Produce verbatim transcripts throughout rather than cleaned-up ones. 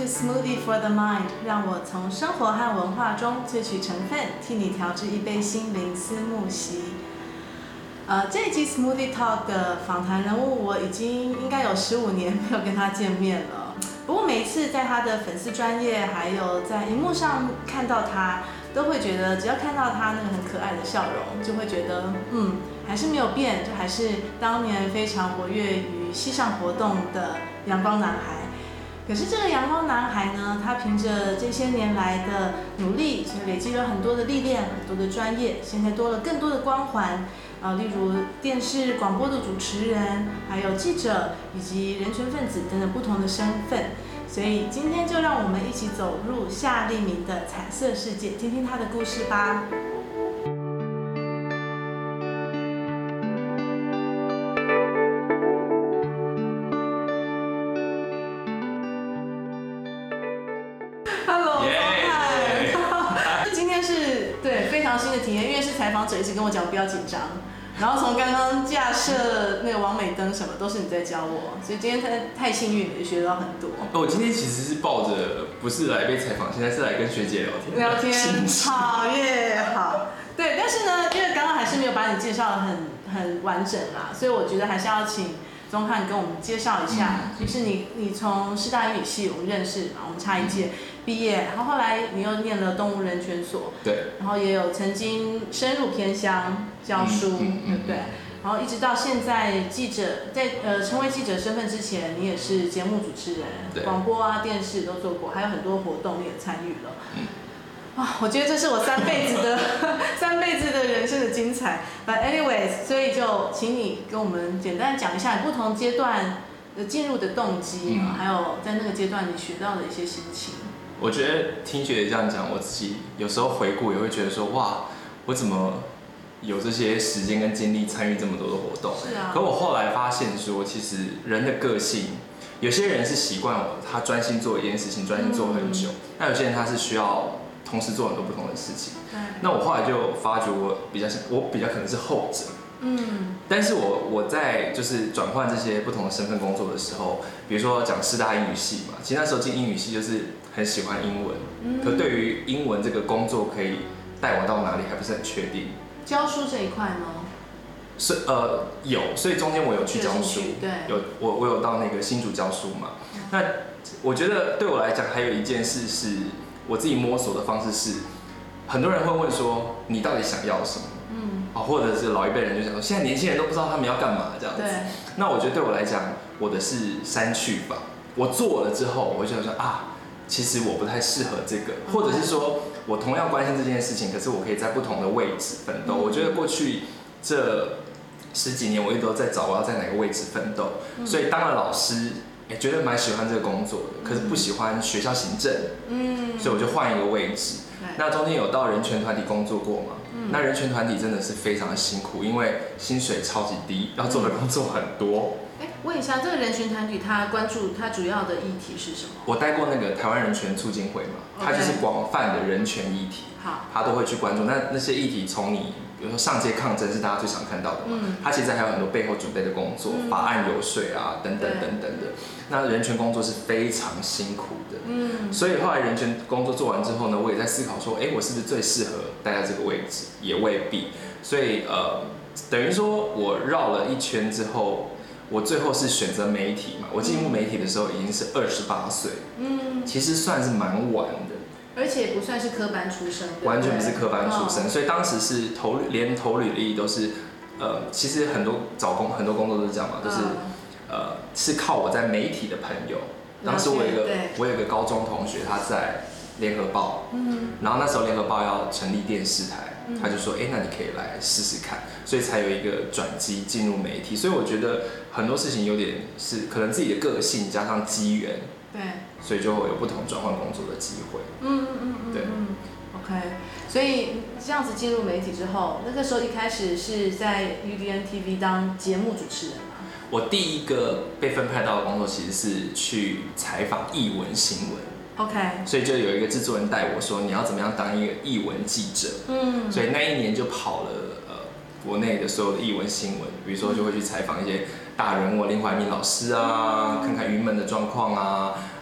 是 Smoothie for the Mind， 让我从生活和文化中萃取成分，替你调制一杯心灵思慕席。呃，这一集 Smoothie Talk 的访谈人物，我已经应该有十五年没有跟他见面了。不过每一次在他的粉丝专页，还有在荧幕上看到他，都会觉得只要看到他那个很可爱的笑容，就会觉得嗯，还是没有变，就还是当年非常活跃于系上活动的阳光男孩。可是这个阳光男孩呢，他凭着这些年来的努力，所以累积了很多的历练，很多的专业，现在多了更多的光环，呃，例如电视广播的主持人，还有记者，以及人权分子等等不同的身份。所以今天就让我们一起走入夏立明的彩色世界，听听他的故事吧。Hello， 方翰，今天是对非常新的体验，因为是采访者一直跟我讲不要紧张，然后从刚刚架设那个网美灯什么都是你在教我，所以今天太太幸运了，也学到很多。 我今天其实是抱着不是来被采访，现在是来跟学姐聊天。 聊天，好耶，好。对，但是呢，因为刚刚还是没有把你介绍得很很完整啦，所以我觉得还是要请宗翰跟我们介绍一下，嗯、就是你你从师大英语系我们认识嘛，我们差一届毕业，然后后来你又念了动物人权所， 对， 然后也有曾经深入偏乡教书，嗯嗯、对不对？然后一直到现在记者，在呃成为记者身份之前，你也是节目主持人，广播啊、电视都做过，还有很多活动你也参与了。嗯啊，我觉得这是我三辈子的三辈子的人生的精彩。But anyways， 所以就请你跟我们简单讲一下你不同阶段的进入的动机，嗯、还有在那个阶段你学到的一些心情。 我觉得听学姐这样讲，我自己有时候回顾也会觉得说，哇，我怎么有这些时间跟精力参与这么多的活动？ 是啊。 可我后来发现说，其实人的个性，有些人是习惯他专心做一件事情，专心做很久；那、嗯、有些人他是需要同时做很多不同的事情。那我后来就发觉我比较我比较可能是后者。嗯。但是我我在就是转换这些不同的身份工作的时候，比如说讲师大英语系嘛，其实那时候进英语系就是很喜欢英文，嗯、可对于英文这个工作可以带我到哪里还不是很确定。 教书这一块吗？ 是呃有，所以中间我有去教书， 对， 有我我有到那个新竹教书嘛。嗯、那我觉得对我来讲还有一件事是我自己摸索的方式是，很多人会问说你到底想要什么？嗯，啊，或者是老一辈人就想说，现在年轻人都不知道他们要干嘛这样子。 对。 那我觉得对我来讲，我的是删去法。我做了之后，我就想说啊，其实我不太适合这个，或者是说我同样关心这件事情，可是我可以在不同的位置奋斗。嗯、我觉得过去这十几年，我一直都在找我要在哪个位置奋斗，嗯、所以当了老师，也觉得蛮喜欢这个工作的，可是不喜欢学校行政，嗯，所以我就换一个位置。那中间有到人权团体工作过嘛？嗯、那人权团体真的是非常的辛苦，因为薪水超级低，要做的工作很多。 哎、嗯，问一下，这个人权团体它关注它主要的议题是什么？ 我带过那个台湾人权促进会嘛，它就是广泛的人权议题，好，它都会去关注。那那些议题从你比如说上街抗争是大家最常看到的嘛，嗯、它其实还有很多背后准备的工作，嗯、法案游说啊等等等等的。那人权工作是非常辛苦的，嗯，所以后来人权工作做完之后呢，我也在思考说，哎，我是不是最适合待在这个位置？也未必。所以呃，等于说我绕了一圈之后，我最后是选择媒体嘛。我进入媒体的时候已经是二十八岁，嗯，其实算是蛮晚的。 而且不算是科班出身， 完全不是科班出身，哦、所以当时是投连投履历都是，呃，其实很多找工很多工作都是这样嘛，都、就是。嗯呃，是靠我在媒体的朋友。当时我有一个，我有一个高中同学，他在联合报，嗯，然后那时候联合报要成立电视台，嗯、他就说，哎、欸，那你可以来试试看，所以才有一个转机进入媒体。所以我觉得很多事情有点是可能自己的个性加上机缘， 对， 所以就会有不同转换工作的机会。 嗯嗯嗯，对。OK， 所以这样子进入媒体之后，那个时候一开始是在 U D N T V 当节目主持人嘛？ 我第一个被分派到的工作其实是去采访艺文新闻。 OK， 所以就有一个制作人带我说，你要怎么样当一个艺文记者。嗯，所以那一年就跑了呃国内的所有的艺文新闻，比如说就会去采访一些大人物，林怀民老师啊，看看云门的状况啊，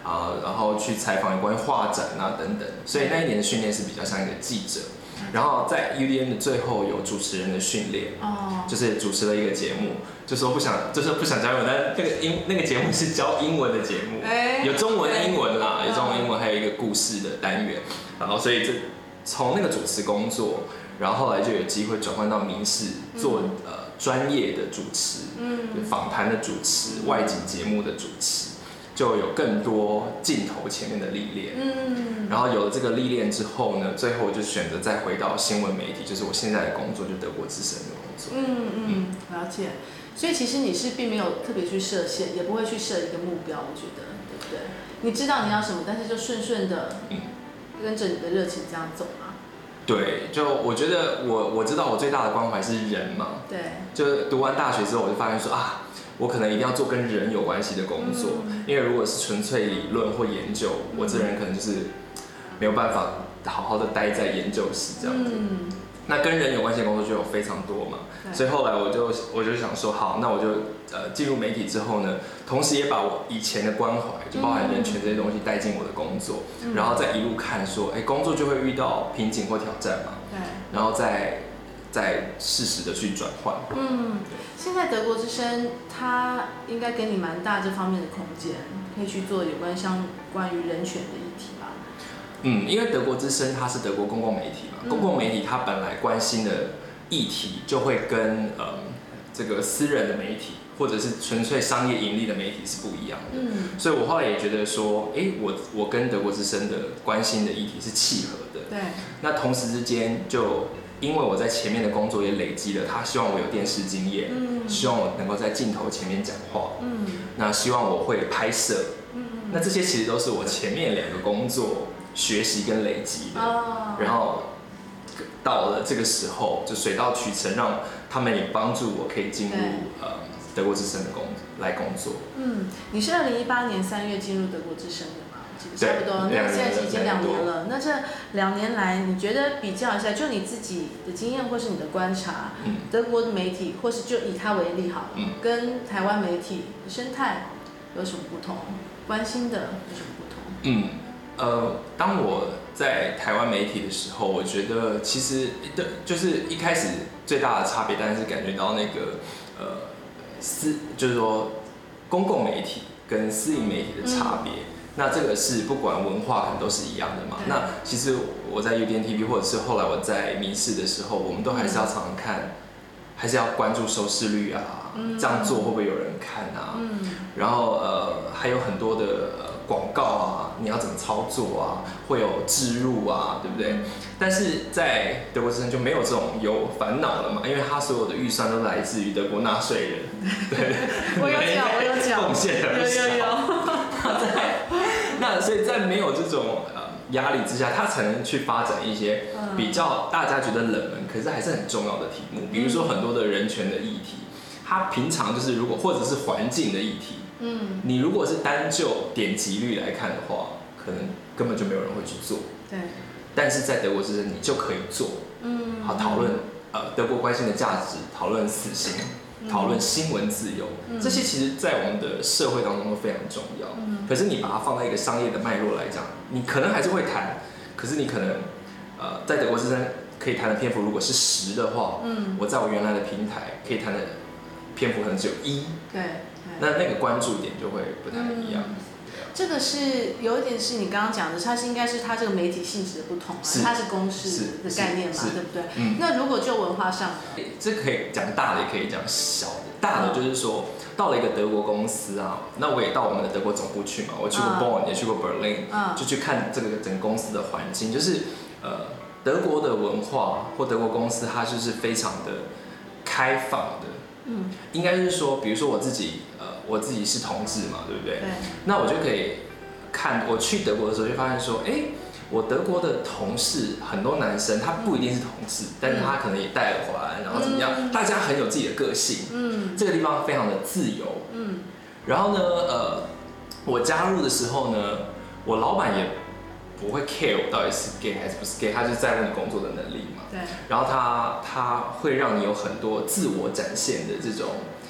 啊，然后去采访有关于画展啊等等，所以那一年的训练是比较像一个记者。然后在 U D N 的最后有主持人的训练，哦，就是主持了一个节目，就说不想，就是不想教英文，但那个英那个节目是教英文的节目，欸、有中文、英文啦，有中文、英文，还有一个故事的单元。然后所以这从那个主持工作，然后后来就有机会转换到民视做、嗯、呃专业的主持，嗯，访谈的主持、外景节目的主持。就有更多镜头前面的历练，嗯，然后有了这个历练之后呢，最后就选择再回到新闻媒体，就是我现在的工作，就德国之声的工作。 嗯嗯，了解。所以其实你是并没有特别去设限，也不会去设一个目标，我觉得，对不对？你知道你要什么，但是就顺顺的，嗯，跟着你的热情这样走嘛。 对，就我觉得我我知道我最大的关怀是人嘛，对，就读完大学之后，我就发现说啊。我可能一定要做跟人有关系的工作，嗯、因为如果是纯粹理论或研究，嗯、我这人可能就是没有办法好好的待在研究室这样子。嗯、那跟人有关系的工作就有非常多嘛，所以后来我就我就想说，好，那我就呃进入媒体之后呢，同时也把我以前的关怀，就包含人权这些东西带进我的工作，嗯、然后再一路看说，哎，工作就会遇到瓶颈或挑战嘛，对，然后再。再适时的去转换。 嗯，现在德国之声它应该给你蛮大这方面的空间，可以去做有关相关于人权的议题吧。 嗯，因为德国之声它是德国公共媒体嘛，嗯、公共媒体它本来关心的议题就会跟呃这个私人的媒体或者是纯粹商业盈利的媒体是不一样的。嗯，所以我后来也觉得说，哎、欸，我我跟德国之声的关心的议题是契合的。对。那同时之间就。因为我在前面的工作也累积了，他希望我有电视经验，嗯、希望我能够在镜头前面讲话，嗯、那希望我会拍摄，嗯、那这些其实都是我前面两个工作学习跟累积的，哦、然后到了这个时候就水到渠成，让他们也帮助我可以进入呃德国之声的工来工作。 嗯，你是二零一八年三月进入德国之声的。差不多，那现在已经两年了。那这两年来，你觉得比较一下，就你自己的经验或是你的观察，嗯、德国的媒体，或是就以它为例好了，嗯、跟台湾媒体生态有什么不同？关心的有什么不同？ 嗯，呃，当我在台湾媒体的时候，我觉得其实对，就是一开始最大的差别，当然是感觉到那个呃私，就是说公共媒体跟私营媒体的差别。嗯那这个是不管文化可能都是一样的嘛？那其实我在 U D N T V 或者是后来我在民视的时候，我们都还是要常常看，还是要关注收视率啊，嗯、这样做会不会有人看啊？嗯、然后呃还有很多的呃广告啊，你要怎么操作啊？会有置入啊，对不对？但是在德国之声就没有这种有烦恼了嘛，因为他所有的预算都来自于德国纳税人，对， 我有讲，我有讲， 贡献很少。有有有。那所以在没有这种呃压力之下，他才能去发展一些比较大家觉得冷门，可是还是很重要的题目。比如说很多的人权的议题，它平常就是如果或者是环境的议题，嗯，你如果是单就点击率来看的话，可能根本就没有人会去做。对。但是在德国之声，你就可以做，嗯，好讨论呃德国关心的价值，讨论死刑。讨论新闻自由，嗯、这些其实在我们的社会当中都非常重要。嗯、可是你把它放在一个商业的脉络来讲，你可能还是会谈，可是你可能呃在德国之声可以谈的篇幅如果是十的话，嗯、我在我原来的平台可以谈的篇幅可能只有一，对，那那个关注点就会不太一样。嗯这个是有一点是你刚刚讲的，它是应该是它这个媒体性质的不同，它是公视的概念嘛，对不对？嗯、那如果就文化上， 这可以讲大的，也可以讲小的。大的就是说，到了一个德国公司啊，那我也到我们的德国总部去嘛，我去过 Bonn，、嗯、也去过 Berlin，、嗯、就去看这个整个公司的环境，就是呃德国的文化或德国公司，它就是非常的开放的。嗯，应该是说，比如说我自己，呃，我自己是同志嘛，对不对？对。那我就可以看，我去德国的时候就发现说，哎，我德国的同事很多男生，他不一定是同志，嗯、但是他可能也戴耳环，然后怎么样，嗯、大家很有自己的个性，嗯，这个地方非常的自由，嗯。然后呢，呃，我加入的时候呢，我老板也不会 care 我到底是 gay 还是不是 gay， 他就在乎你工作的能力嘛。对。然后他他会让你有很多自我展现的这种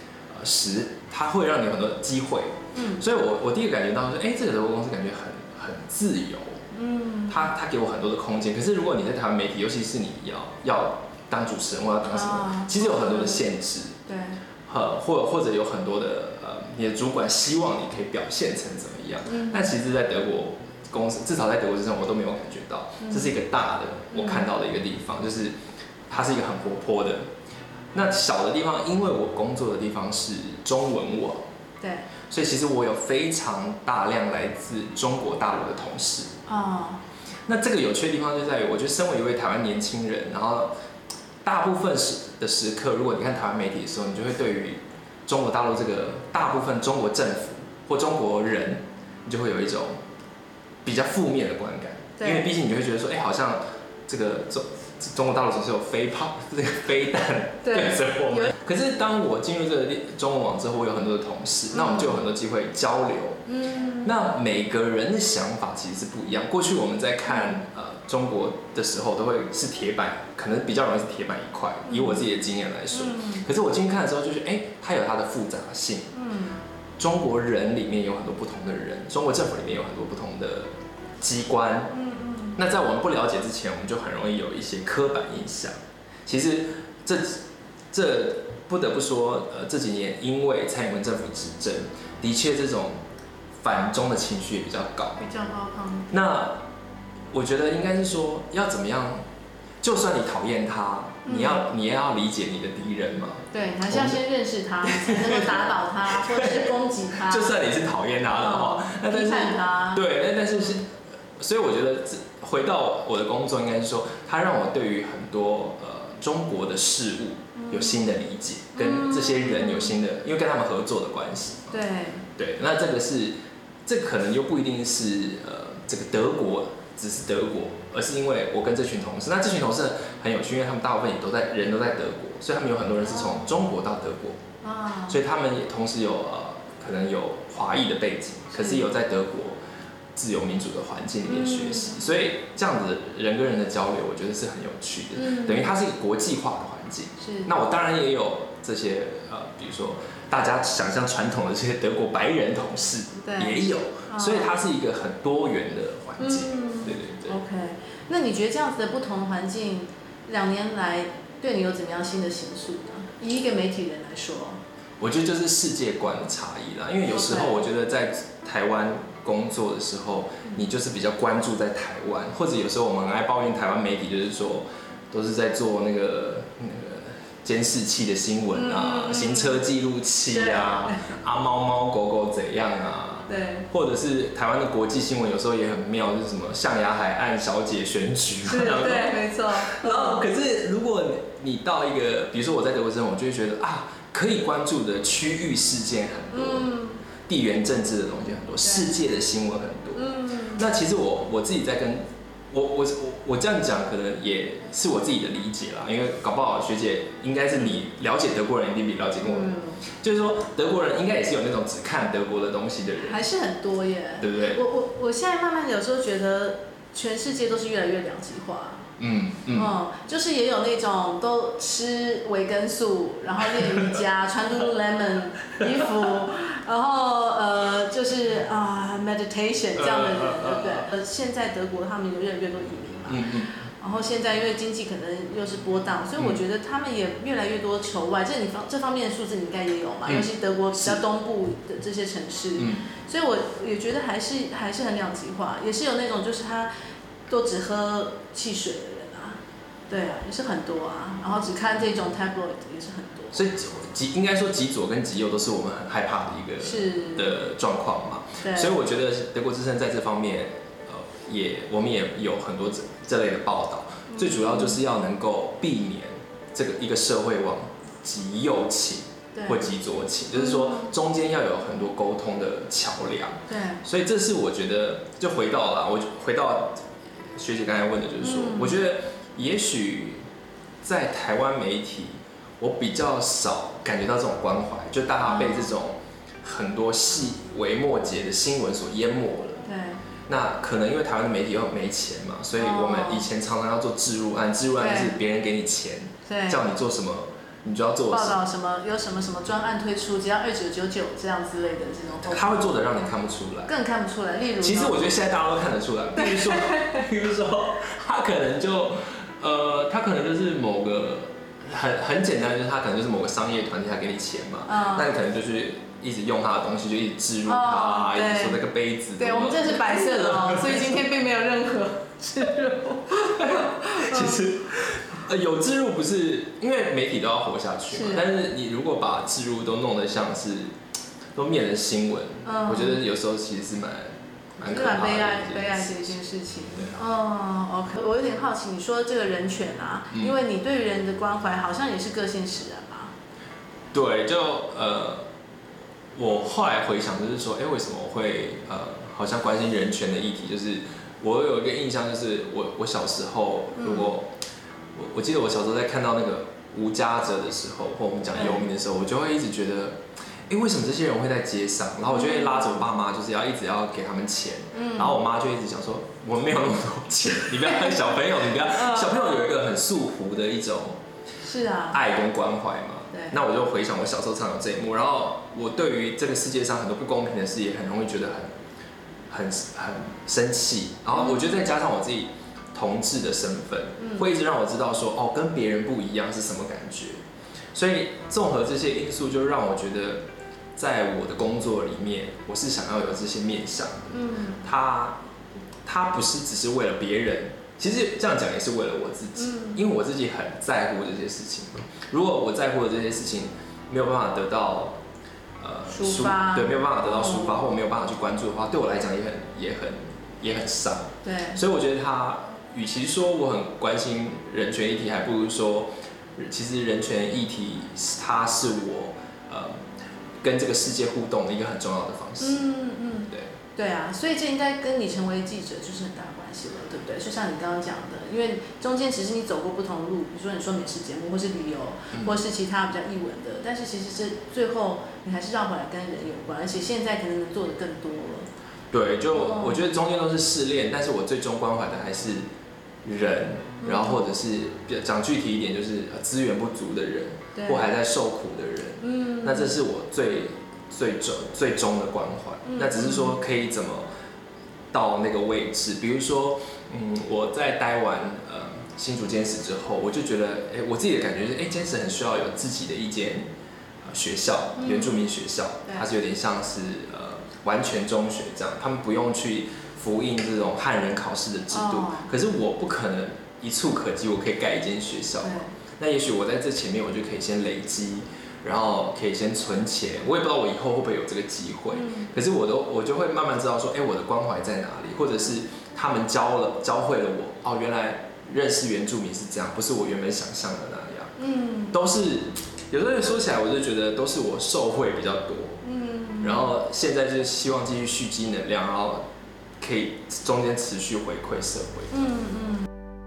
时，它会让你有很多机会。嗯，所以我我第一个感觉到是，哎、欸，这个德国公司感觉很很自由。嗯，它它给我很多的空间。可是如果你在台湾媒体，尤其是你要要当主持人或要当什么，啊、其实有很多的限制。 对。 呃，或或者有很多的呃，你的主管希望你可以表现成怎么样？嗯。但其实，在德国公司，至少在德国之上，我都没有感觉到，这是一个大的我看到的一个地方，就是它是一个很活泼的。那小的地方，因为我工作的地方是中文网， 对， 所以其实我有非常大量来自中国大陆的同事。哦。那这个有趣的地方就在于，我觉得身为一位台湾年轻人，然后大部分时的时刻，如果你看台湾媒体的时候，你就会对于中国大陆这个大部分中国政府或中国人，你就会有一种比较负面的观感，因为毕竟你就会觉得说，哎、欸，好像这个中中国大陆总是有飞炮、这个飞弹对着我们。可是当我进入这个中文网之后，我有很多的同事，那我们就有很多机会交流。嗯，那每个人的想法其实是不一样。过去我们在看呃中国的时候，都会是铁板，可能比较容易是铁板一块。以我自己的经验来说，嗯、可是我进去看的时候，就是哎、欸，它有它的复杂性。嗯，中国人里面有很多不同的人，中国政府里面有很多不同的机关。嗯嗯。那在我们不了解之前，我们就很容易有一些刻板印象。其实这这不得不说，呃，这几年因为蔡英文政府执政，的确这种反中的情绪也比较高， 比较高亢。 那我觉得应该是说，要怎么样？就算你讨厌他，嗯、你要你也要理解你的敌人嘛。 对，还是要先认识他，才能够打倒他，或者是攻击他。 就算你是讨厌他的话，那、哦、 批判他。 对，但但是是，所以我觉得回到我的工作，应该是说，它让我对于很多呃中国的事物有新的理解，嗯、跟这些人有新的，因为跟他们合作的关系。 对。 对，那这个是，这可能又不一定是呃这个德国只是德国，而是因为我跟这群同事，那这群同事很有趣，因为他们大部分也都在人都在德国，所以他们有很多人是从中国到德国，啊，所以他们也同时有呃可能有华裔的背景，可是有在德国自由民主的环境里面学习，嗯、所以这样子人跟人的交流，我觉得是很有趣的，嗯、等于它是一个国际化的环境。 是。那我当然也有这些呃，比如说大家想象传统的这些德国白人同事也有，所以它是一个很多元的环境。嗯、对对对。 OK， 那你觉得这样子的不同环境，两年来对你有怎么样新的形塑呢？以一个媒体人来说， 我觉得就是世界观的差异啦。因为有时候我觉得在台湾工作的时候，你就是比较关注在台湾，或者有时候我们爱抱怨台湾媒体，就是说都是在做那个那个监视器的新闻啊，嗯、行车记录器啊，啊猫猫狗狗怎样啊。 对， 或者是台湾的国际新闻，有时候也很妙，就是什么象牙海岸小姐选举， 是，对，没错。 然后，可是如果你到一个，比如说我在德国生活，我就会觉得啊，可以关注的区域事件很多，嗯、地缘政治的东西很多，世界的新闻很多。嗯、那其实我我自己在跟我我我我这样讲，可能也是我自己的理解啦，因为搞不好学姐应该是你了解德国人，一定比了解我。嗯、就是说德国人应该也是有那种只看德国的东西的人， 还是很多耶， 对不对？ 我我我现在慢慢的有时候觉得全世界都是越来越两极化。嗯嗯, 嗯，就是也有那种都吃维根素，然后练瑜伽，穿 Lululemon 衣服，然后呃就是啊、呃、meditation 这样的人，对不对？呃，现在德国他们有越来越多移民嘛，嗯嗯，然后现在因为经济可能又是波荡，所以我觉得他们也越来越多求外，这你方这方面的数字你应该也有嘛，嗯、尤其德国比较东部的这些城市，嗯，所以我也觉得还是还是很两极化，也是有那种就是他都只喝汽水的人啊，对啊，也是很多啊，然后只看这种 tabloid 也是很多， 所以极应该说极左跟极右都是我们很害怕的一个是的状况嘛，对，所以我觉得德国之声在这方面，呃，也我们也有很多这这类的报道，嗯、最主要就是要能够避免这个一个社会往极右倾或极左倾，就是说中间要有很多沟通的桥梁，对，所以这是我觉得就回到了我回到。学姐刚才问的就是说，嗯、我觉得也许在台湾媒体，我比较少感觉到这种关怀，就大家被这种很多细微末节的新闻所淹没了。对。那可能因为台湾的媒体又没钱嘛，所以我们以前常常要做置入案，置入案是别人给你钱，对，叫你做什么你就要做报道什么有什么什么专案推出，只要二九九九这样之类的这种。 他会做的让你看不出来， 更看不出来。例如， 其实我觉得现在大家都看得出来。比如说，比如说，他可能就呃，他可能就是某个很很简单，就是他可能就是某个商业团体，他给你钱嘛，嗯、那你可能就是一直用他的东西，就一直置入他，哦、一直说那个杯子。 对，我们这是白色的哦，所以今天并没有任何置入。 其实。呃，有置入不是因为媒体都要活下去嘛，但是你如果把置入都弄得像是都变成新闻，嗯、我觉得有时候其实是蛮蛮可怕的， 悲哀悲哀的一件事情。对哦 ，OK， 我有点好奇，你说这个人权啊，嗯、因为你对于人的关怀好像也是个性使然嘛。 对，就呃，我后来回想就是说，哎、欸，为什么我会呃好像关心人权的议题？就是我有一个印象，就是我我小时候如果、嗯我我记得我小时候在看到那个无家者的时候，或我们讲游民的时候，我就会一直觉得，哎、欸，为什么这些人会在街上？然后我就会拉着我爸妈，就是要一直要给他们钱。嗯、然后我妈就一直讲说，我们没有那么多钱，你不要看小朋友，你不要小朋友有一个很素朴的一种是啊爱跟关怀嘛。 对。 那我就回想我小时候常有这一幕，然后我对于这个世界上很多不公平的事也很容易觉得很很很生气，然后我觉得再加上我自己。同志的身份会一直让我知道说，哦，跟别人不一样是什么感觉，所以综合这些因素，就让我觉得，在我的工作里面，我是想要有这些面向的。嗯，他他不是只是为了别人，其实这样讲也是为了我自己，嗯、因为我自己很在乎这些事情。如果我在乎的这些事情没有办法得到呃抒发， 对，没有办法得到抒发，或我没有办法去关注的话，对我来讲也很也很也很伤。 对， 所以我觉得他。与其说我很关心人权议题，还不如说，其实人权议题它是我呃跟这个世界互动的一个很重要的方式。 嗯嗯，对对啊，所以这应该跟你成为记者就是很大的关系了，对不对？就像你刚刚讲的，因为中间其实你走过不同的路，比如说你说美食节目，或是旅游，嗯、或是其他比较艺文的，但是其实这最后你还是绕回来跟人有关，而且现在可能能做的更多了。 对，就我觉得中间都是试炼，但是我最终关怀的还是。人，然后或者是讲具体一点，就是资源不足的人，或还在受苦的人，嗯，那这是我最最终最终的关怀。嗯、那只是说可以怎么到那个位置，比如说，嗯，我在待完呃新竹监史之后，我就觉得，哎、欸，我自己的感觉是，哎、欸，监史很需要有自己的一间、呃、学校，原住民学校，嗯、它是有点像是呃完全中学这样，他们不用去。复印这种汉人考试的制度，哦、可是我不可能一触可及，我可以盖一间学校嘛？那也许我在这前面，我就可以先累积，然后可以先存钱。我也不知道我以后会不会有这个机会，嗯、可是我都我就会慢慢知道说，哎、欸，我的关怀在哪里，或者是他们教了教会了我，哦，原来认识原住民是这样，不是我原本想象的那样。嗯，都是有时候说起来，我就觉得都是我受惠比较多。嗯，然后现在就是希望继续蓄积能量，然后。可以中间持续回馈社会。嗯嗯。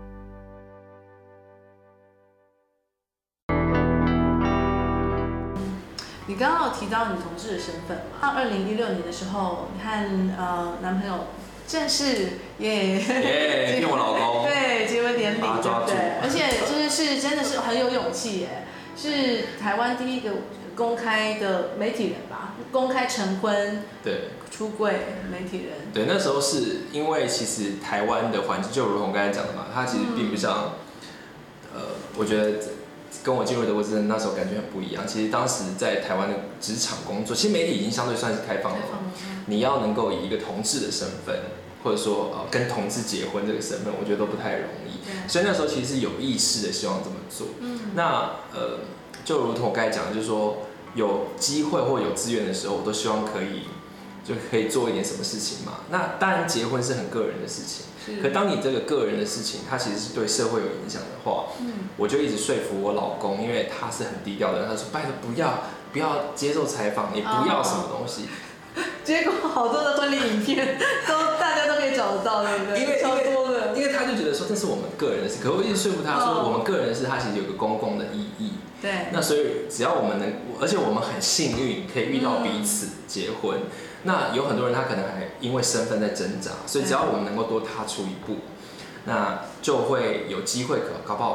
你刚刚有提到女同志的身份嘛？到二零一六年的时候，你和呃男朋友正式耶耶变我老公， 对，结为连理，对不对？而且就是是真的是很有勇气耶，是台湾第一个公开的媒体人吧？公开成婚。 对。 出柜媒体人， 对，那时候是因为其实台湾的环境就如同刚才讲的嘛，它其实并不像，嗯、呃，我觉得跟我进入德国之前那时候感觉很不一样。其实当时在台湾的职场工作，其实媒体已经相对算是开放了，你要能够以一个同志的身份，或者说呃跟同志结婚这个身份，我觉得都不太容易。所以那时候其实是有意识的希望这么做。嗯、那呃，就如同我刚才讲的，就是说有机会或有资源的时候，我都希望可以。就可以做一点什么事情嘛？那当然，结婚是很个人的事情。可当你这个个人的事情，它其实是对社会有影响的话，嗯，我就一直说服我老公，因为他是很低调的人，他说：“拜托不要，不要接受采访，也不要什么东西。 哦”结果好多的婚礼影片都大家都可以找得到，对不对？ 因为超多的， 因为他就觉得说这是我们个人的事，可我一直说服他说，哦、我们个人的事，它其实有个公共的意义。 对。 那所以只要我们能，而且我们很幸运可以遇到彼此结婚。嗯那有很多人他可能还因为身份在挣扎，所以只要我们能够多踏出一步，那就会有机会可搞不好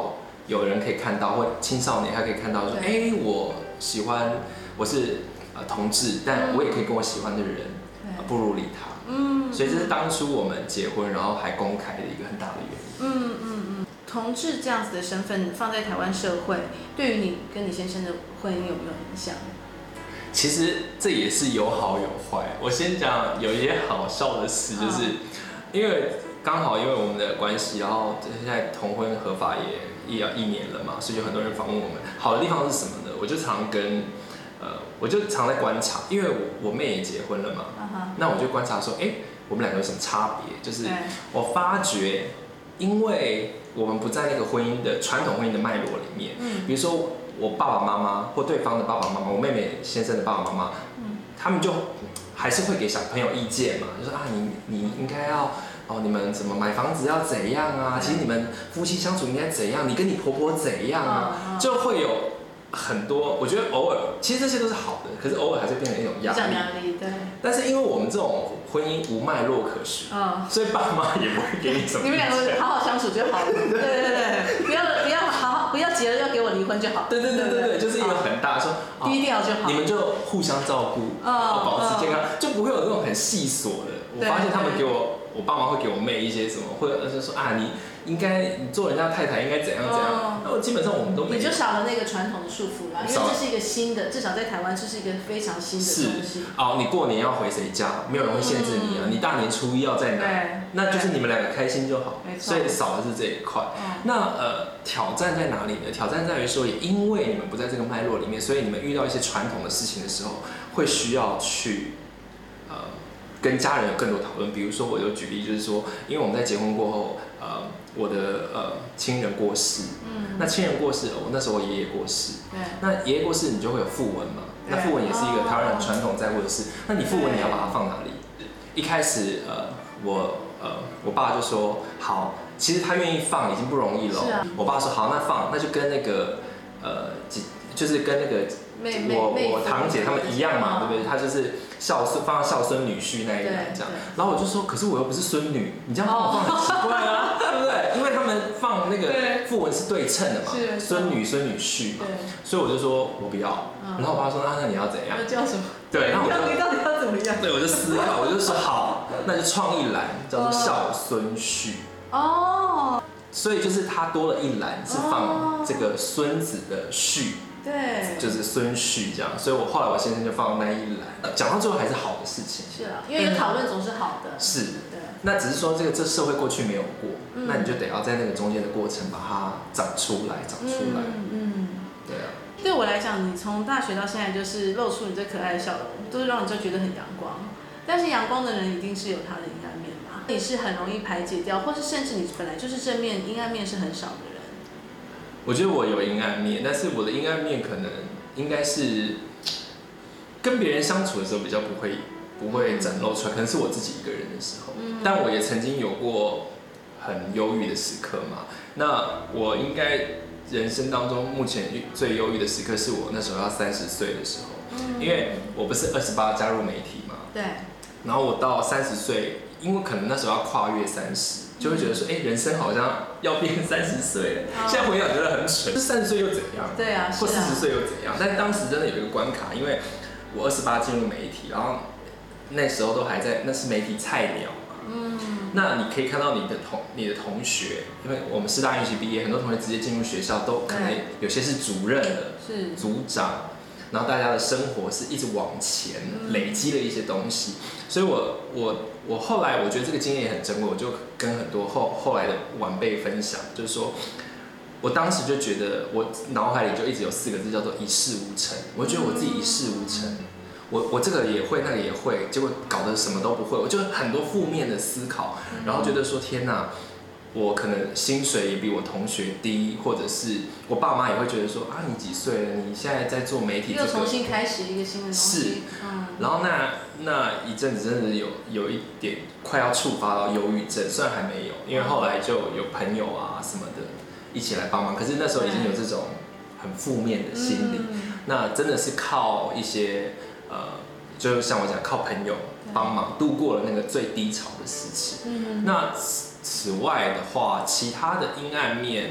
有人可以看到，或青少年他可以看到说，哎、欸，我喜欢我是呃同志，但我也可以跟我喜欢的人、呃、步入礼堂。嗯，所以这是当初我们结婚，然后还公开的一个很大的原因。 嗯嗯嗯，同志这样子的身份放在台湾社会，对于你跟你先生的婚姻有没有影响？ 其实这也是有好有坏。我先讲有一些好笑的事，就是因为刚好因为我们的关系，然后现在同婚合法也也要一年了嘛，所以就很多人访问我们。好的地方是什么呢？我就常跟呃，我就常在观察，因为我我妹也结婚了嘛， uh-huh. 那我就观察说，哎、欸，我们两个有什么差别？就是我发觉，因为我们不在那个婚姻的传统婚姻的脉络里面，嗯，比如说我爸爸妈妈或对方的爸爸妈妈，我妹妹先生的爸爸妈妈，嗯，他们就还是会给小朋友意见嘛，就说啊，你你应该要哦，你们怎么买房子要怎样啊？其实你们夫妻相处应该怎样？你跟你婆婆怎样啊？就会有。很多，我觉得偶尔，其实这些都是好的，可是偶尔还是变成一种压力。 压力，对。 但是因为我们这种婚姻无脉络可循，嗯，所以爸妈也不会给你什么。 你们两个好好相处就好了。对对对，不要不要好好不要结了要给我离婚就好。 对对对对对，就是一个很大说低调就好。 你们就互相照顾，哦，保持健康，就不会有那种很细琐的。我发现他们给我，我爸妈会给我妹一些什么，或者是说啊你。应该你做人家太太应该怎样怎样，那、哦、我基本上我们都没有， 你就少了那个传统的束缚啦，因为这是一个新的，至少在台湾这是一个非常新的东西。 哦，你过年要回谁家，没有人会限制你啊，嗯、你大年初一要在哪，那就是你们两个开心就好，所以少的是这一块。嗯、那呃挑战在哪里呢？挑战在于说，也因为你们不在这个脉络里面，所以你们遇到一些传统的事情的时候，会需要去呃跟家人有更多讨论。比如说，我有举例，就是说，因为我们在结婚过后，呃。我的呃亲人过世，嗯，那亲人过世，我、哦、那时候我爷爷过世，对，那爷爷过世你就会有讣文嘛，那讣文也是一个台湾人传统在乎的事，那你讣文你要把它放哪里？一开始呃我呃我爸就说好，其实他愿意放已经不容易了，啊、我爸说好那放，那就跟那个呃就是跟那个我我堂姐他们一样嘛，对不对？他就是孝顺放到孝孙女婿那一栏这样，然后我就说，可是我又不是孙女，你这样帮我放很奇怪啊，对不对？因为他们放那个讣文是对称的嘛，孙女孙女婿嘛，所以我就说我不要，然后我爸说啊那你要怎样？ 叫什么？ 对，然后我就你到底要怎么样？ 对，我就思考，我就说好，那就创一栏叫做孝孙序。哦。所以就是他多了一栏是放这个孙子的序。对，就是孙序这样，所以我后来我先生就放那一栏，讲到最后还是好的事情。 是啊，因为有讨论总是好的。 是，对。那只是说这个这社会过去没有过，嗯、那你就得要在那个中间的过程把它长出来，长出来。嗯嗯。对啊。 对我来讲，你从大学到现在就是露出你这可爱的笑容，都是让你就觉得很阳光。但是阳光的人一定是有他的阴暗面嘛，你是很容易排解掉，或是甚至你本来就是正面，阴暗面是很少的。 我觉得我有阴暗面，但是我的阴暗面可能应该是跟别人相处的时候比较不会不会展露出来，可能是我自己一个人的时候。嗯、但我也曾经有过很忧郁的时刻嘛。那我应该人生当中目前最忧郁的时刻是我那时候要三十岁的时候，嗯、因为我不是二十八加入媒体嘛。 对。 然后我到三十岁，因为可能那时候要跨越三十。就会觉得说，哎、欸，人生好像要变三十岁了。Oh. 现在回想觉得很蠢，三十岁又怎样？ 对啊， 或四十岁又怎样？但当时真的有一个关卡，因为我二十八进入媒体，然后那时候都还在，那是媒体菜鸟嘛。嗯。那你可以看到你的同你的同学，因为我们师大预期毕业，很多同学直接进入学校，都可能有些是主任的，是组长。然后大家的生活是一直往前累积了一些东西，所以我我我后来我觉得这个经验也很珍贵，我就跟很多后后来的晚辈分享，就是说，我当时就觉得我脑海里就一直有四个字叫做一事无成，我觉得我自己一事无成，我我这个也会那个也会，结果搞得什么都不会，我就很多负面的思考，然后觉得说天哪。我可能薪水也比我同学低，或者是我爸妈也会觉得说啊，你几岁了？你现在在做媒体、這個， 又重新开始一个新的东西。 是，嗯、然后那那一阵子真的有有一点快要触发到忧郁症，虽然还没有，因为后来就有朋友啊什么的一起来帮忙，可是那时候已经有这种很负面的心理，嗯、那真的是靠一些呃，就像我讲，靠朋友帮忙度过了那个最低潮的时期。嗯、那此外的话，其他的阴暗面，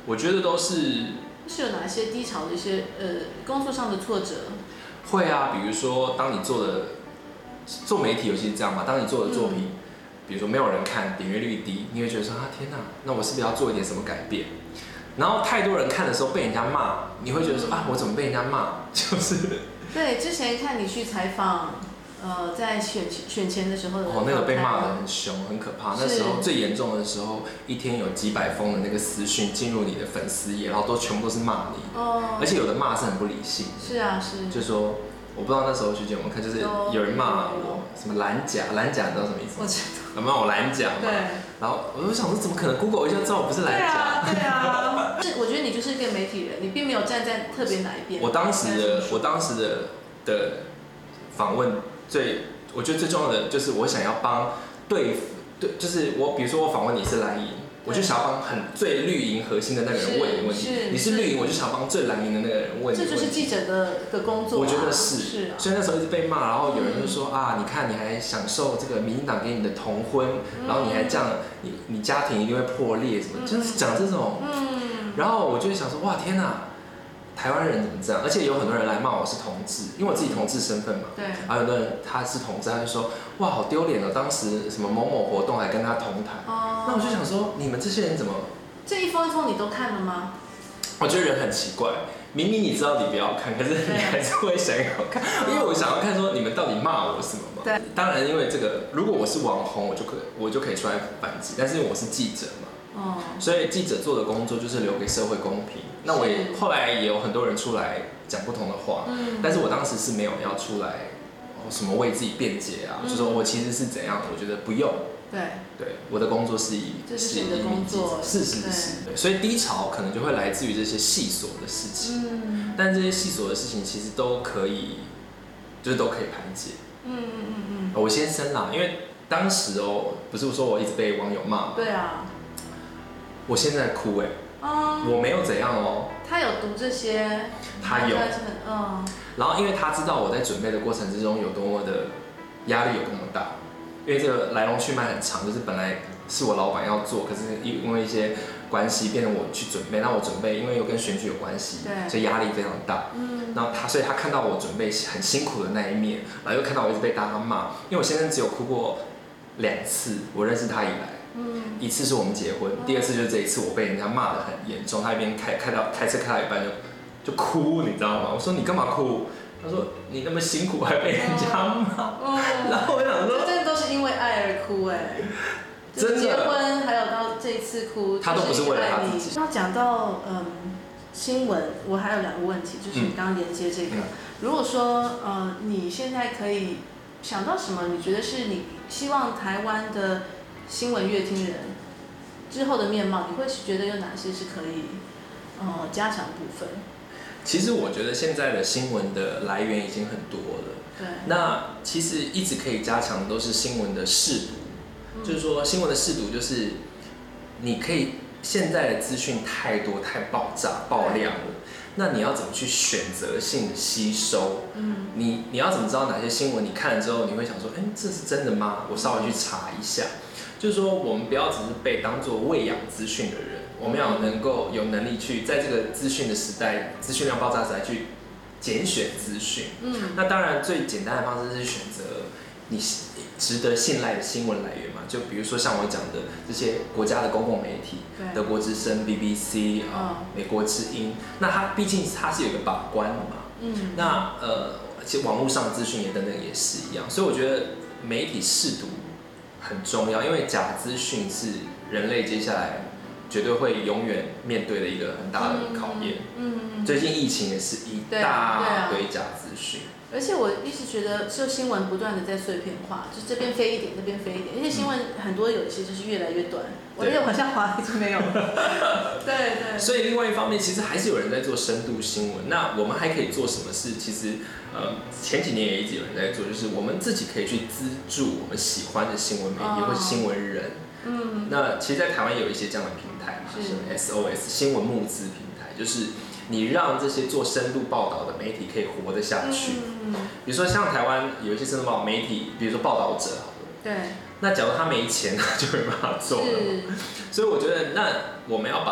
我觉得都是。 是有哪些低潮的一些呃工作上的挫折？ 会啊，比如说当你做的做媒体，尤其是这样嘛，当你做的作品，嗯、比如说没有人看，点阅率低，你会觉得说啊天哪，那我是不是要做一点什么改变？然后太多人看的时候被人家骂，你会觉得说啊我怎么被人家骂？就是。 对，之前看你去采访。呃，在选选前的时候的哦，那个被骂得很凶，很可怕。那时候最严重的时候，一天有几百封的那个私讯进入你的粉丝页，然后都全部都是骂你。哦。而且有的骂是很不理性。 是啊，是。 就说我不知道那时候学姐有没有看，就是有人骂我什么蓝甲，蓝甲你知道什么意思吗？ 我知道。 有骂我蓝甲嘛？ 对。 然后我就想说，怎么可能 Google 一下知道我不是蓝甲？ 对啊，对啊。是，我觉得你就是一个媒体人，你并没有站在特别哪一边。 我当时的，我当时的的访问最。我觉得最重要的就是我想要帮对对，就是我比如说我访问你是蓝营，我就想要帮很最绿营核心的那个人问你问题。你是绿营，我就想帮最蓝营的那个人问你问题。 这就是记者的的工作、啊。 我觉得是。 是、啊。 所以那时候一直被骂，然后有人就说、嗯、啊，你看你还享受这个民进党给你的同婚，嗯、然后你还这样，你你家庭一定会破裂什么，嗯、就是讲这种。嗯。然后我就会想说，哇天哪！台湾人怎么这样？而且有很多人来骂我是同志，因为我自己同志身份嘛。 对。 然后很多人他是同志，他就说哇好丢脸哦，当时什么某某活动还跟他同台。哦。那我就想说，你们这些人怎么？ 这一封一封你都看了吗？ 我觉得人很奇怪，明明你知道你不要看，可是你还是会想要看，因为我想要看说你们到底骂我什么嘛。 对。 当然，因为这个，如果我是网红，我就可我就可以出来反击，但是因为我是记者嘛。哦。所以记者做的工作就是留给社会公平。那我也后来也有很多人出来讲不同的话，嗯、但是我当时是没有要出来，哦、什么为自己辩解啊，嗯、就说我其实是怎样，我觉得不用。 对， 对，我的工作是以这是你的工作， 是是是，对，所以低潮可能就会来自于这些细琐的事情，嗯、但这些细琐的事情其实都可以，就是都可以排解。嗯嗯嗯嗯。我先生啦，因为当时哦，不是说我一直被网友骂， 对啊， 我现在哭哎。嗯、我没有怎样哦。 他有读这些， 他有，嗯。然后因为他知道我在准备的过程之中有多么的压力有多么大，因为这个来龙去脉很长，就是本来是我老板要做，可是因为一些关系变成我去准备。那我准备因为又跟选举有关系，所以压力非常大。嗯。然后他，所以他看到我准备很辛苦的那一面，然后又看到我一直被大家骂，因为我先生只有哭过两次，我认识他以来。嗯、一次是我们结婚，第二次就是这一次我被人家骂得很严重，他一边开开到开车开到一半就就哭，你知道吗？我说你干嘛哭？他说你那么辛苦还被人家骂，哦、然后我想说， 真的都是因为爱而哭哎， 真的结婚还有到这一次哭， 他都不是为了他自己。 那讲到嗯新闻，我还有两个问题，就是你刚刚连接这个，嗯、如果说呃你现在可以想到什么，你觉得是你希望台湾的新闻乐听人之后的面貌，你会觉得有哪些是可以呃加强部分？ 其实我觉得现在的新闻的来源已经很多了。 对。 那其实一直可以加强的都是新闻的识读，嗯、就是说新闻的识读就是你可以现在的资讯太多太爆炸爆量了，那你要怎么去选择性的吸收？嗯。你你要怎么知道哪些新闻你看了之后你会想说，哎，这是真的吗？我稍微去查一下。就是说，我们不要只是被当作喂养资讯的人，我们要能够有能力去在这个资讯的时代、资讯量爆炸时代去拣选资讯。嗯，那当然最简单的方式是选择你值得信赖的新闻来源嘛。就比如说像我讲的这些国家的公共媒体，德国之声、B B C 啊、呃、美国之音，那它毕竟它是有一个把关的嘛。嗯，那呃，其实网络上的资讯也等等也是一样，所以我觉得媒体识读很重要，因为假资讯是人类接下来绝对会永远面对的一个很大的考验。嗯嗯。最近疫情也是一大堆假资讯。 而且我一直觉得，就新闻不断的在碎片化，就这边飞一点，那边飞一点，而且新闻很多有一些就是越来越短，我有点往下滑已经没有了。对对。 所以另外一方面，其实还是有人在做深度新闻。那我们还可以做什么事？其实呃前几年也一直有人在做，就是我们自己可以去资助我们喜欢的新闻媒体或是新闻人。嗯。那其实，在台湾也有一些这样的平台嘛，什么 S O S 新闻募资平台，就是你让这些做深度报道的媒体可以活得下去。嗯，比如说像台湾有一些深度报道媒体，比如说报道者好了。 对。那假如他没钱，他就没办法做了。所以我觉得，那我们要把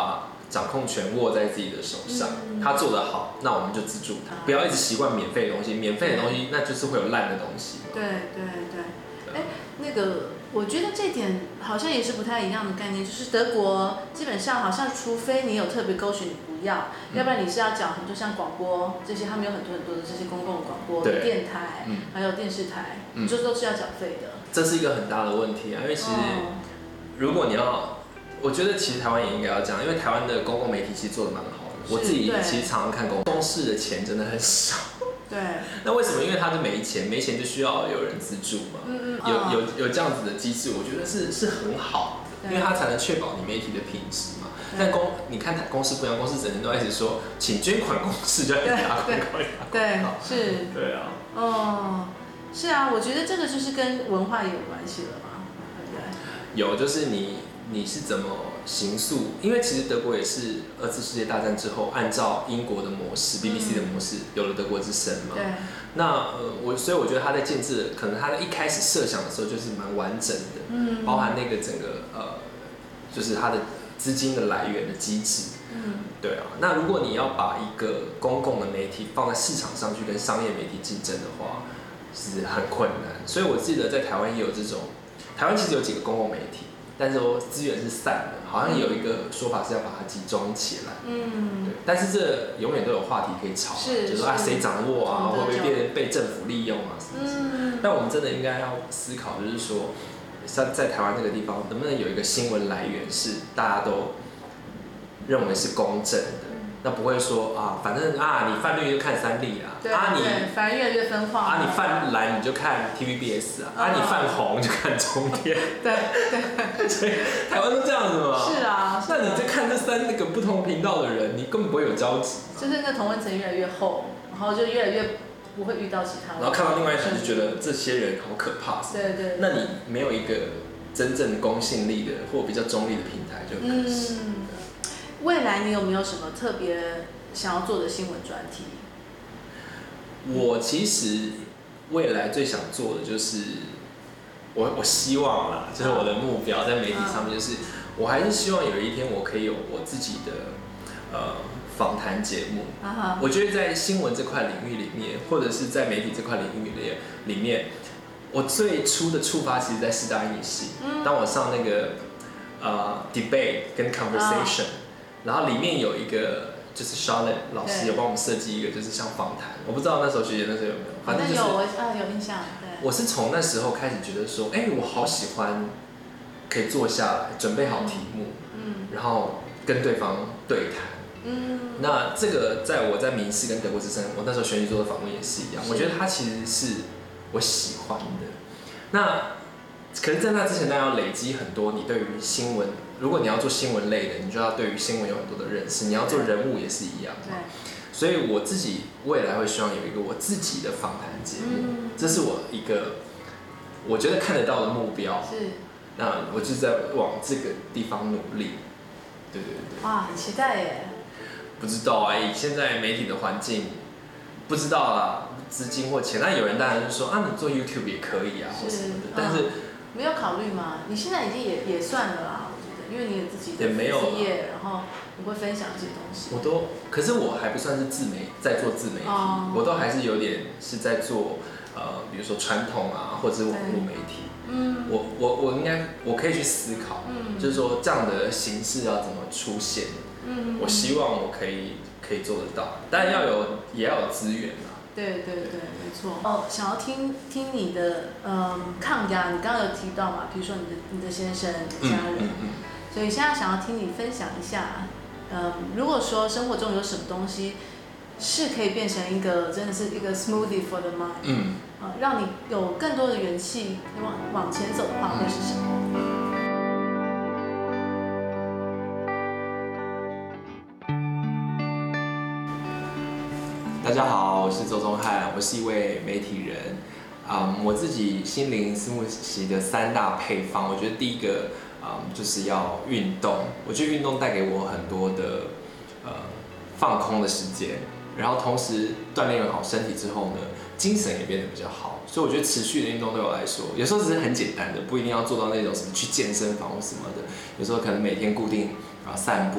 掌控权握在自己的手上，嗯、他做得好，那我们就资助他，不要一直习惯免费的东西，免费的东西那就是会有烂的东西。 对对对，哎，那个我觉得这点好像也是不太一样的概念，就是德国基本上好像除非你有特别勾选你不要，嗯、要不然你是要缴很多像广播这些，他们有很多很多的这些公共广播电台，嗯、还有电视台，嗯、这都是要缴费的。 这是一个很大的问题啊，因为其实如果你要，我觉得其实台湾也应该要这样，因为台湾的公共媒体其实做的蛮好的，我自己其实常常看公公视的钱真的很少。 对。 那为什么？因为他就没钱，没钱就需要有人资助嘛。嗯嗯。有有有这样子的机制，我觉得是是很好的，因为它才能确保你媒体的品质嘛。但公你看公视不一样，公视整天都一直说请捐款公视，就一直打广告， 对，是。 对啊。 哦。是啊，我觉得这个就是跟文化也有关系了嘛，对不对？ 有，就是你你是怎么形塑？因为其实德国也是二次世界大战之后，按照英国的模式、B B C 的模式，有了德国之声嘛。 对。 那呃，我所以我觉得他在建制，可能他一开始设想的时候就是蛮完整的，嗯，包含那个整个呃，就是他的资金的来源的机制。嗯，对啊。那如果你要把一个公共的媒体放在市场上去跟商业媒体竞争的话，是很困难，所以我记得在台湾也有这种，台湾其实有几个公共媒体，但是说资源是散的，好像有一个说法是要把它集中起来，嗯，对，但是这永远都有话题可以吵，就是说啊谁掌握啊，会不会变被政府利用啊什么什么，嗯，但我们真的应该要思考，就是说，在在台湾这个地方，能不能有一个新闻来源是大家都认为是公正的。那不会说啊，反正啊，你泛绿就看三立啦，啊你反正越来越分化， 啊你泛蓝你就看 T V B S 啊，啊你泛红就看中天， 对对， 所以台湾都这样子嘛。 是啊， 那你在看这三那个不同频道的人，你根本不会有交集， 就是那同温层越来越厚，然后就越来越不会遇到其他人， 然后看到另外一群就觉得这些人好可怕， 对对， 那你没有一个真正公信力的或比较中立的平台就很可惜。嗯， 未来你有没有什么特别想要做的新闻专题？ 我其实未来最想做的就是，我我希望啦，就是我的目标在媒体上面，就是我还是希望有一天我可以有我自己的呃访谈节目。Uh-huh. 我觉得在新闻这块领域里面，或者是在媒体这块领域里面，我最初的触发其实在师大英语系，嗯、当我上那个呃 debate 跟 conversation。Uh-huh. 然后里面有一个就是 Charlotte 老师有帮我们设计一个就是像访谈，我不知道那时候学姐那时候有没有， 反正就是有我啊有印象，对。 我是从那时候开始觉得说，哎，我好喜欢可以坐下来准备好题目，嗯，然后跟对方对谈，嗯。那这个在我在民视跟德国之声，我那时候选举做的访问也是一样，我觉得它其实是我喜欢的。那可是在那之前，那要累积很多你对于新闻。如果你要做新闻类的，你就要对于新闻有很多的认识。你要做人物也是一样嘛。所以我自己未来会希望有一个我自己的访谈节目，嗯、这是我一个我觉得看得到的目标。 是。 那我就在往这个地方努力。对对对。 哇，很期待耶。 不知道哎、欸，现在媒体的环境不知道啦，资金或钱。那有人当然就说啊，你做 YouTube 也可以啊，或什么的。但是、嗯、 没有考虑吗？你现在已经也也算了啦。因为你有自己的职业，然后你会分享一些东西。 我都，可是我还不算是自媒，在做自媒体，哦、我都还是有点是在做呃，比如说传统啊，或者是网络媒体。嗯，我我我应该我可以去思考，嗯、就是说这样的形式要怎么出现。嗯，我希望我可以可以做得到，但要有也要有资源啊。 对对对，没错。哦，想要听听你的嗯抗压，你刚刚有提到嘛，比如说你的你的先生、家人。嗯嗯嗯所以现在想要听你分享一下，嗯，如果说生活中有什么东西是可以变成一个真的是一个 smoothie for the mind，嗯，呃，让你有更多的元气往往前走的话，会是什么？ 大家好，我是周宗翰，我是一位媒体人。嗯，我自己心灵私募习的三大配方，我觉得第一个。嗯，就是要运动。我觉得运动带给我很多的呃放空的时间，然后同时锻炼好身体之后呢，精神也变得比较好。所以我觉得持续的运动对我来说，有时候只是很简单的，不一定要做到那种什么去健身房或什么的。有时候可能每天固定啊散步，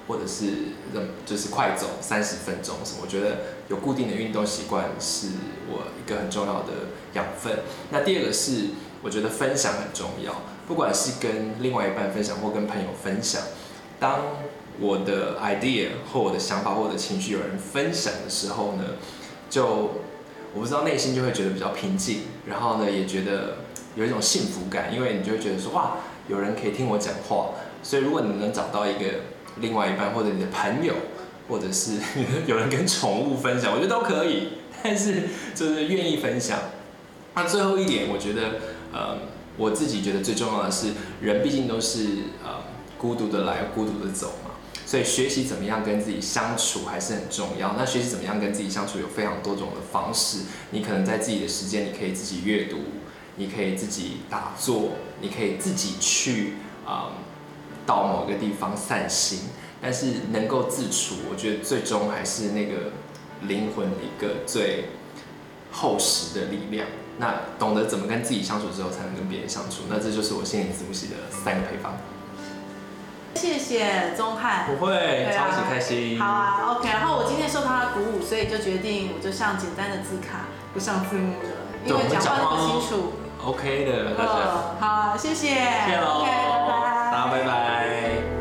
或者是就是快走三十分钟什么。我觉得有固定的运动习惯是我一个很重要的养分。那第二个是我觉得分享很重要，不管是跟另外一半分享或跟朋友分享，当我的 idea 或我的想法或我的情绪有人分享的时候呢，就我不知道内心就会觉得比较平静，然后呢也觉得有一种幸福感，因为你就会觉得说哇，有人可以听我讲话。所以如果你能找到一个另外一半，或者你的朋友，或者是有人跟宠物分享，我觉得都可以，但是就是愿意分享。那最后一点，我觉得呃我自己觉得最重要的是，人毕竟都是呃孤独的来，孤独的走嘛。所以学习怎么样跟自己相处还是很重要。那学习怎么样跟自己相处有非常多种的方式。你可能在自己的时间，你可以自己阅读，你可以自己打坐，你可以自己去啊、嗯、到某个地方散心。但是能够自处，我觉得最终还是那个灵魂一个最厚实的力量。那懂得怎么跟自己相处之后，才能跟别人相处。那这就是我心灵字母系的三个配方。 谢谢宗翰， 不会，啊、超级开心。 好啊 ，OK。然后我今天受他的鼓舞，所以就决定我就上简单的字卡，不上字幕了，因为讲话不清楚。 OK 的，大家。 好，谢谢。 谢喽。 OK， 拜拜。 大家拜拜。